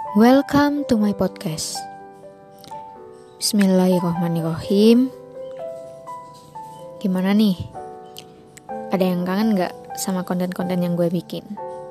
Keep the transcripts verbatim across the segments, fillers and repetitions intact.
Welcome to my podcast. Bismillahirrahmanirrahim. Gimana nih? Ada yang kangen gak sama konten-konten yang gue bikin?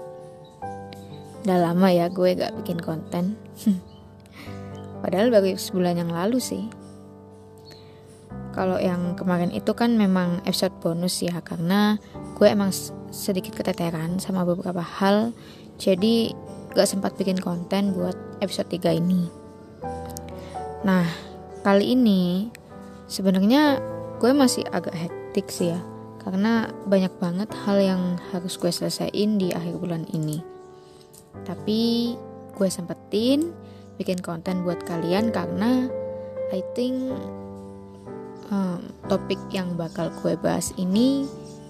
Udah lama ya gue gak bikin konten. Padahal baru sebulan yang lalu sih. Kalau yang kemarin itu kan memang episode bonus ya, karena gue emang sedikit keteteran sama beberapa hal, jadi gak sempat bikin konten buat episode tiga ini. Nah, kali ini sebenarnya gue masih agak hektik sih ya, karena banyak banget hal yang harus gue selesaiin di akhir bulan ini. Tapi gue sempetin bikin konten buat kalian karena I think um, topik yang bakal gue bahas ini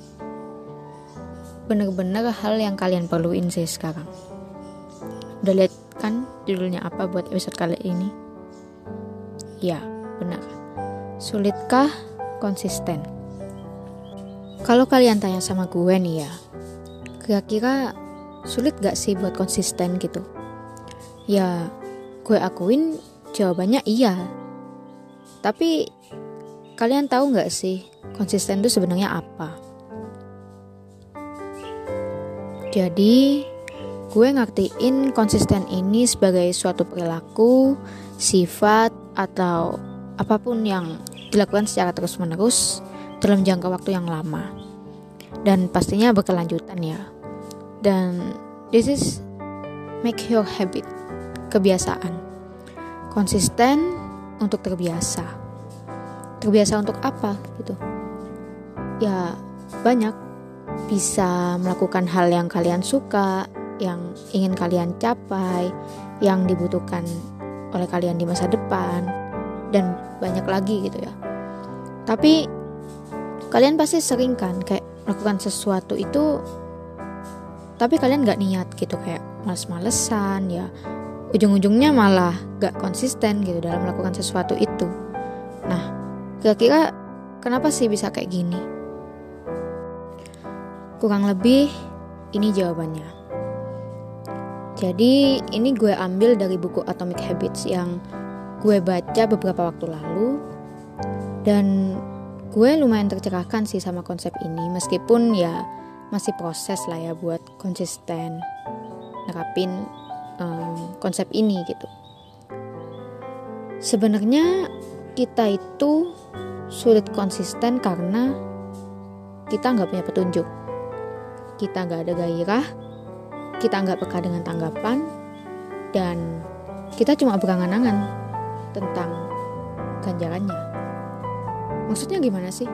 bener-bener hal yang kalian perluin sih sekarang. Udah lihat kan judulnya apa buat episode kali ini? Ya, benar. Sulitkah konsisten? Kalau kalian tanya sama gue nih ya, kira-kira sulit gak sih buat konsisten gitu? Ya, gue akuin jawabannya iya. Tapi kalian tahu gak sih konsisten itu sebenarnya apa? Jadi gue ngertiin konsisten ini sebagai suatu perilaku, sifat, atau apapun yang dilakukan secara terus-menerus dalam jangka waktu yang lama. Dan pastinya berkelanjutan ya. Dan this is make your habit, kebiasaan. Konsisten untuk terbiasa. Terbiasa untuk apa gitu? Ya banyak. Bisa melakukan hal yang kalian suka, yang ingin kalian capai, yang dibutuhkan oleh kalian di masa depan, dan banyak lagi gitu ya. Tapi kalian pasti sering kan kayak melakukan sesuatu itu, tapi kalian gak niat gitu, kayak males-malesan ya, ujung-ujungnya malah gak konsisten gitu dalam melakukan sesuatu itu. Nah, kira-kira kenapa sih bisa kayak gini? Kurang lebih ini jawabannya. Jadi ini gue ambil dari buku Atomic Habits yang gue baca beberapa waktu lalu, dan gue lumayan tercerahkan sih sama konsep ini, meskipun ya masih proses lah ya buat konsisten nerapin um, konsep ini gitu. Sebenarnya kita itu sulit konsisten karena kita nggak punya petunjuk, kita nggak ada gairah, kita nggak peka dengan tanggapan, dan kita cuma berangan-angan tentang ganjarannya. Maksudnya gimana sih?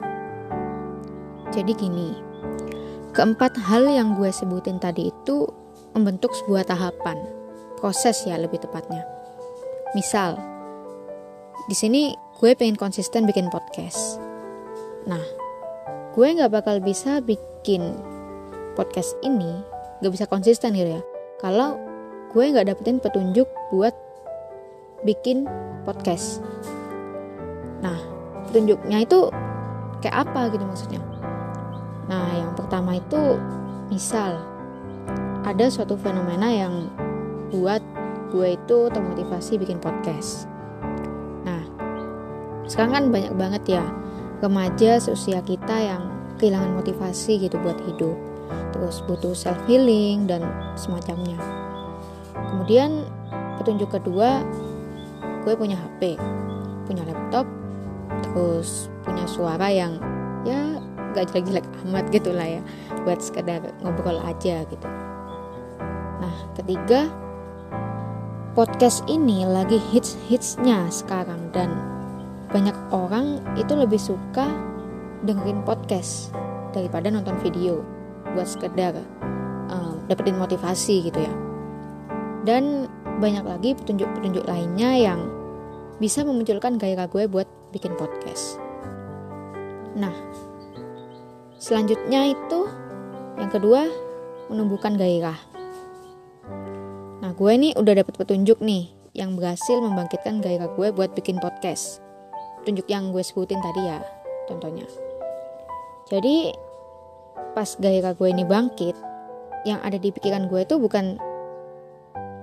Jadi gini, keempat hal yang gue sebutin tadi itu membentuk sebuah tahapan, proses ya lebih tepatnya. Misal, di sini gue pengen konsisten bikin podcast. Nah, gue nggak bakal bisa bikin podcast ini, gak bisa konsisten gitu ya, kalau gue gak dapetin petunjuk buat bikin podcast. Nah, petunjuknya itu kayak apa gitu maksudnya. Nah, yang pertama itu, misal ada suatu fenomena yang buat gue itu termotivasi bikin podcast. Nah, sekarang kan banyak banget ya remaja seusia kita yang kehilangan motivasi gitu buat hidup, terus butuh self healing dan semacamnya. Kemudian petunjuk kedua, gue punya H P, punya laptop, terus punya suara yang ya gak jelek-jelek amat gitu lah ya, buat sekedar ngobrol aja gitu. Nah, ketiga, podcast ini lagi hits-hitsnya sekarang, dan banyak orang itu lebih suka dengerin podcast daripada nonton video buat sekedar uh, dapetin motivasi gitu ya. Dan banyak lagi petunjuk-petunjuk lainnya yang bisa memunculkan gairah gue buat bikin podcast. Nah, selanjutnya itu yang kedua, menumbuhkan gairah. Nah, gue nih udah dapet petunjuk nih yang berhasil membangkitkan gairah gue buat bikin podcast. Petunjuk yang gue sebutin tadi ya, contohnya. Jadi pas gairah gue ini bangkit, yang ada di pikiran gue itu bukan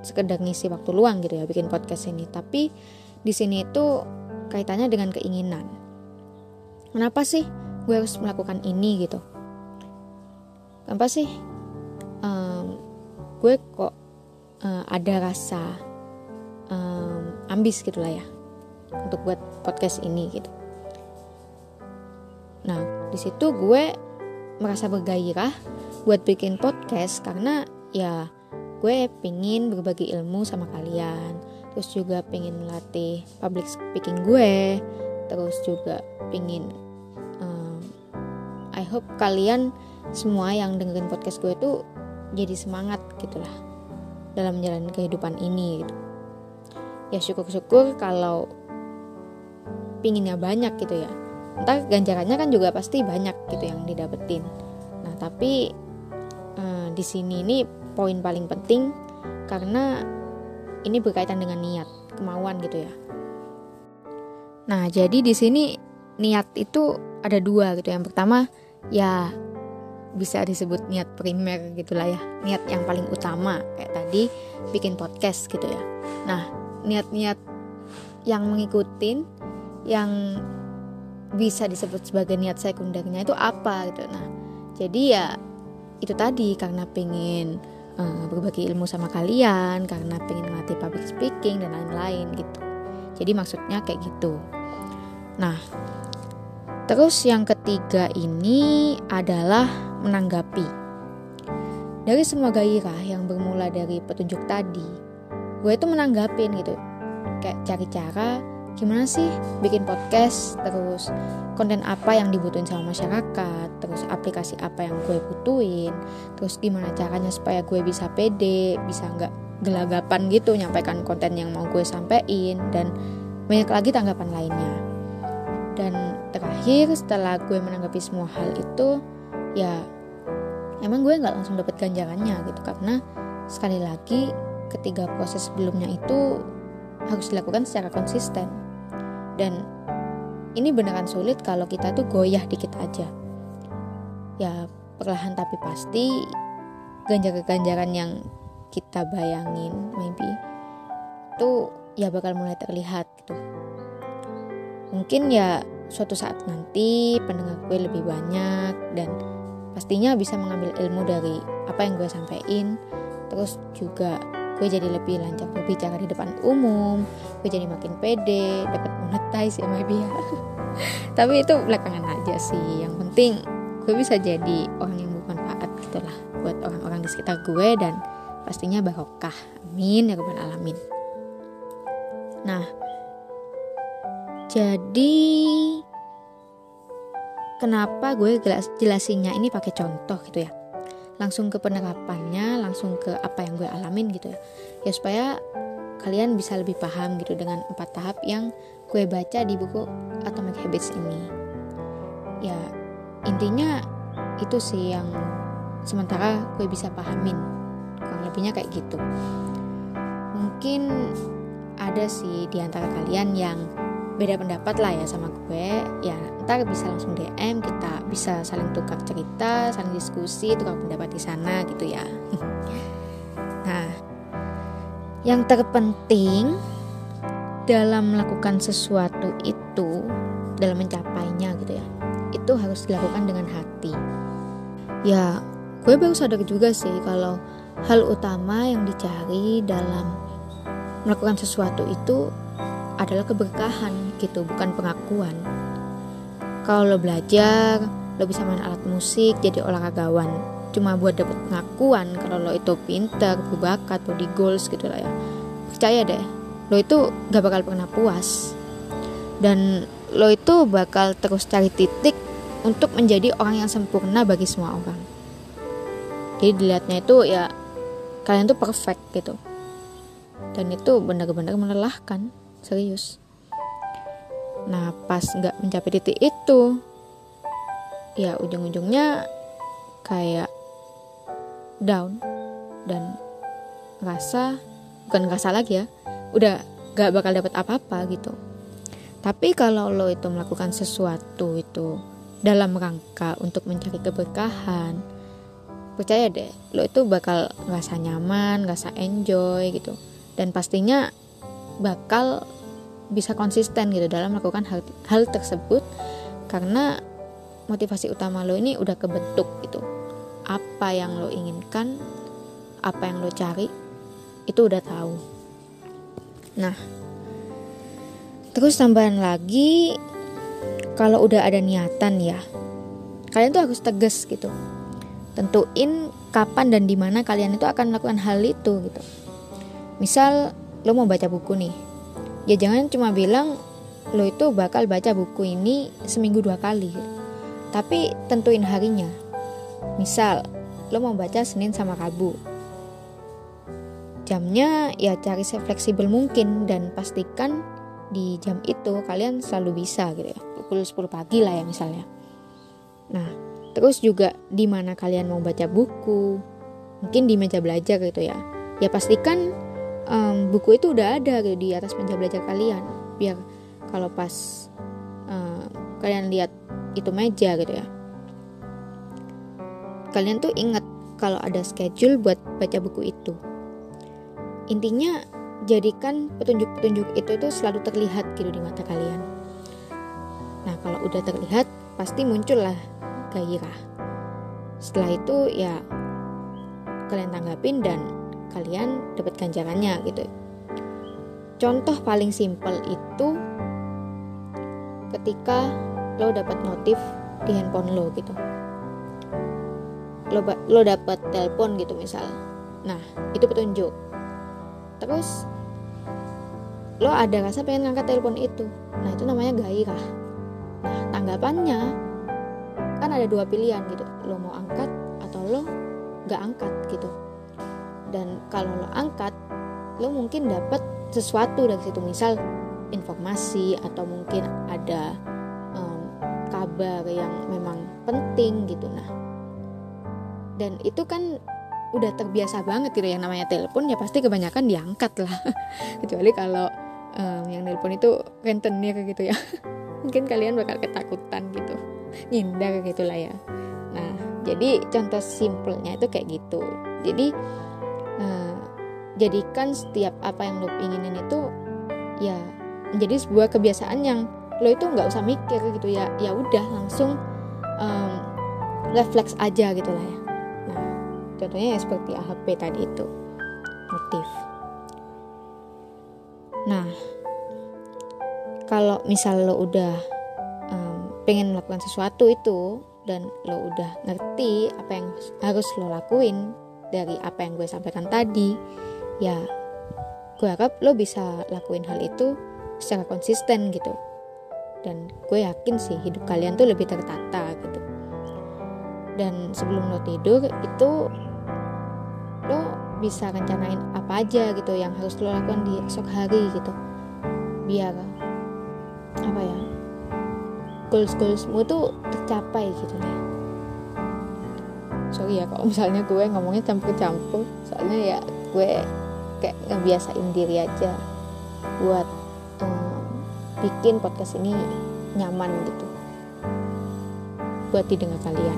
sekedar ngisi waktu luang gitu ya bikin podcast ini, tapi di sini itu kaitannya dengan keinginan. Kenapa sih gue harus melakukan ini gitu? Kenapa sih um, gue kok uh, ada rasa um, ambis gitulah ya untuk buat podcast ini gitu. Nah, di situ gue merasa bergairah buat bikin podcast karena ya gue pingin berbagi ilmu sama kalian, terus juga pingin melatih public speaking gue, terus juga pingin um, I hope kalian semua yang dengerin podcast gue tuh jadi semangat gitulah dalam menjalani kehidupan ini gitu. Ya syukur-syukur kalau pinginnya banyak gitu ya, ntar ganjarannya kan juga pasti banyak gitu yang didapetin. Nah tapi eh, di sini ini poin paling penting karena ini berkaitan dengan niat, kemauan gitu ya. Nah jadi di sini niat itu ada dua gitu. Yang pertama ya bisa disebut niat primer gitulah ya, niat yang paling utama kayak tadi bikin podcast gitu ya. Nah niat-niat yang mengikutin yang bisa disebut sebagai niat sekundernya itu apa gitu. Nah jadi ya itu tadi karena pengen uh, berbagi ilmu sama kalian, karena pengen ngelatih public speaking dan lain-lain gitu. Jadi maksudnya kayak gitu. Nah terus yang ketiga ini adalah menanggapi. Dari semua gairah yang bermula dari petunjuk tadi, gue itu menanggapin gitu, kayak cari cara gimana sih bikin podcast, terus konten apa yang dibutuhin sama masyarakat, terus aplikasi apa yang gue butuhin, terus gimana caranya supaya gue bisa pede, bisa gak gelagapan gitu nyampaikan konten yang mau gue sampein, dan banyak lagi tanggapan lainnya. Dan terakhir setelah gue menanggapi semua hal itu, ya emang gue gak langsung dapet ganjarannya gitu, karena sekali lagi ketiga proses sebelumnya itu harus dilakukan secara konsisten. Dan ini beneran sulit kalau kita tuh goyah dikit aja. Ya perlahan tapi pasti ganjaran-ganjaran yang kita bayangin maybe itu ya bakal mulai terlihat gitu. Mungkin ya suatu saat nanti pendengar gue lebih banyak dan pastinya bisa mengambil ilmu dari apa yang gue sampaikan. Terus juga gue jadi lebih lancar berbicara di depan umum, gue jadi makin pede, dapat monetize ya maybe ya. Tapi itu belakangan aja sih. Yang penting gue bisa jadi orang yang bermanfaat gitulah buat orang-orang di sekitar gue, dan pastinya barokah. Amin ya rabbal alamin. Nah, jadi kenapa gue jelasinnya ini pakai contoh gitu ya, langsung ke penerapannya, langsung ke apa yang gue alamin gitu ya. Ya supaya kalian bisa lebih paham gitu dengan empat tahap yang gue baca di buku Atomic Habits ini. Ya intinya itu sih yang sementara gue bisa pahamin, kurang lebihnya kayak gitu. Mungkin ada sih di antara kalian yang beda pendapat lah ya sama gue, ya ntar bisa langsung D M, kita bisa saling tukar cerita, saling diskusi, tukar pendapat di sana gitu ya. Nah, yang terpenting dalam melakukan sesuatu itu, dalam mencapainya gitu ya, itu harus dilakukan dengan hati. Ya, gue baru sadar juga sih kalau hal utama yang dicari dalam melakukan sesuatu itu adalah keberkahan gitu, bukan pengakuan. Kalau lo belajar, lo bisa main alat musik, jadi olahragawan, cuma buat dapet pengakuan kalau lo itu pintar, berbakat, body goals gitu lah ya, percaya deh, lo itu gak bakal pernah puas. Dan lo itu bakal terus cari titik untuk menjadi orang yang sempurna bagi semua orang. Jadi dilihatnya itu ya kalian tuh perfect gitu. Dan itu benar-benar melelahkan, serius. Nah pas gak mencapai titik itu, ya ujung-ujungnya kayak down dan ngerasa, bukan ngerasa lagi ya, udah gak bakal dapat apa-apa gitu. Tapi kalau lo itu melakukan sesuatu itu dalam rangka untuk mencari keberkahan, percaya deh, lo itu bakal ngerasa nyaman, ngerasa enjoy gitu, dan pastinya bakal bisa konsisten gitu dalam melakukan hal, hal tersebut, karena motivasi utama lo ini udah kebentuk gitu. Apa yang lo inginkan, apa yang lo cari, itu udah tahu. Nah, terus tambahan lagi, kalau udah ada niatan ya, kalian tuh harus tegas gitu. Tentuin kapan dan di mana kalian itu akan melakukan hal itu gitu. Misal lo mau baca buku nih, ya jangan cuma bilang lo itu bakal baca buku ini seminggu dua kali gitu. Tapi tentuin harinya. Misal lo mau baca Senin sama Rabu, jamnya ya cari se-fleksibel mungkin, dan pastikan di jam itu kalian selalu bisa gitu ya, pukul sepuluh pagi lah ya misalnya. Nah, terus juga di mana kalian mau baca buku, mungkin di meja belajar gitu ya. Ya pastikan um, buku itu udah ada gitu di atas meja belajar kalian, biar kalau pas um, kalian lihat itu meja gitu ya, kalian tuh ingat kalau ada schedule buat baca buku itu. Intinya jadikan petunjuk-petunjuk itu tuh selalu terlihat gitu di mata kalian. Nah, kalau udah terlihat pasti muncullah gairah. Setelah itu ya kalian tanggapin dan kalian dapat ganjarannya gitu. Contoh paling simpel itu ketika lo dapat notif di handphone lo gitu. Lo lo dapat telepon gitu misal. Nah, itu petunjuk. Terus lo ada rasa pengen ngangkat telepon itu. Nah, itu namanya gairah. Nah, tanggapannya kan ada dua pilihan gitu, lo mau angkat atau lo gak angkat gitu. Dan kalau lo angkat, lo mungkin dapat sesuatu dari situ, misal informasi atau mungkin ada um, kabar yang memang penting gitu. Nah, dan itu kan udah terbiasa banget gitu, yang namanya telepon ya pasti kebanyakan diangkat lah. Kecuali kalau um, yang telepon itu rentenir gitu ya. Mungkin kalian bakal ketakutan gitu, nyindar gitulah ya. Nah, jadi contoh simpelnya itu kayak gitu. Jadi uh, jadikan setiap apa yang lo inginin itu ya menjadi sebuah kebiasaan yang lo itu nggak usah mikir gitu ya. Ya udah langsung um, refleks aja gitulah ya. Nah, contohnya ya seperti A H P tadi itu, motif. Nah, kalau misal lo udah um, pengen melakukan sesuatu itu dan lo udah ngerti apa yang harus lo lakuin dari apa yang gue sampaikan tadi, ya gue harap lo bisa lakuin hal itu secara konsisten gitu. Dan gue yakin sih hidup kalian tuh lebih tertata gitu. Dan sebelum lo tidur itu lo bisa rencanain apa aja gitu yang harus lo lakukan di esok hari gitu, biar apa ya, goals-goalsmu tuh tercapai gitu lah. Sorry ya kalau misalnya gue ngomongnya campur-campur, soalnya ya gue kayak ngebiasain diri aja buat um, bikin podcast ini nyaman gitu buat didengar kalian.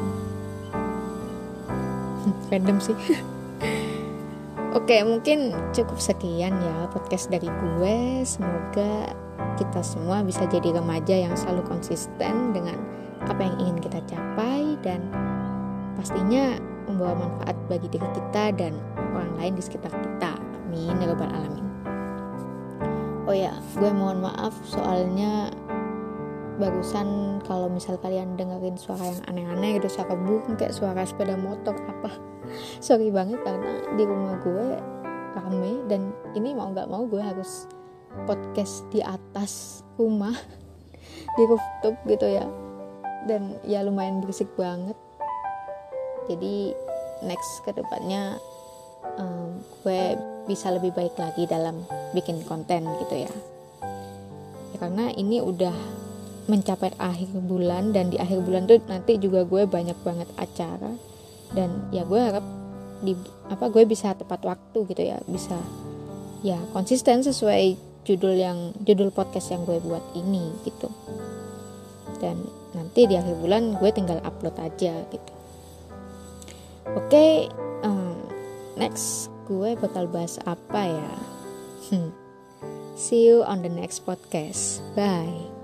Random sih. Oke, mungkin cukup sekian ya podcast dari gue. Semoga kita semua bisa jadi remaja yang selalu konsisten dengan apa yang ingin kita capai, dan pastinya membawa manfaat bagi diri kita dan orang lain di sekitar kita. Amin ya rabbal alamin. Oh ya, gue mohon maaf soalnya barusan kalau misal kalian dengerin suara yang aneh-aneh gitu, suara burung kayak suara sepeda motor apa. Sorry banget karena di rumah gue rame dan ini mau gak mau gue harus podcast di atas rumah di rooftop gitu ya, dan ya lumayan berisik banget. Jadi next kedepannya um, gue bisa lebih baik lagi dalam bikin konten gitu ya. Ya karena ini udah mencapai akhir bulan, dan di akhir bulan tuh nanti juga gue banyak banget acara, dan ya gue harap di apa gue bisa tepat waktu gitu ya, bisa ya konsisten sesuai judul yang judul podcast yang gue buat ini gitu. Dan nanti di akhir bulan gue tinggal upload aja gitu. Oke, okay, um, next gue bakal bahas apa ya? Hmm. See you on the next podcast. Bye.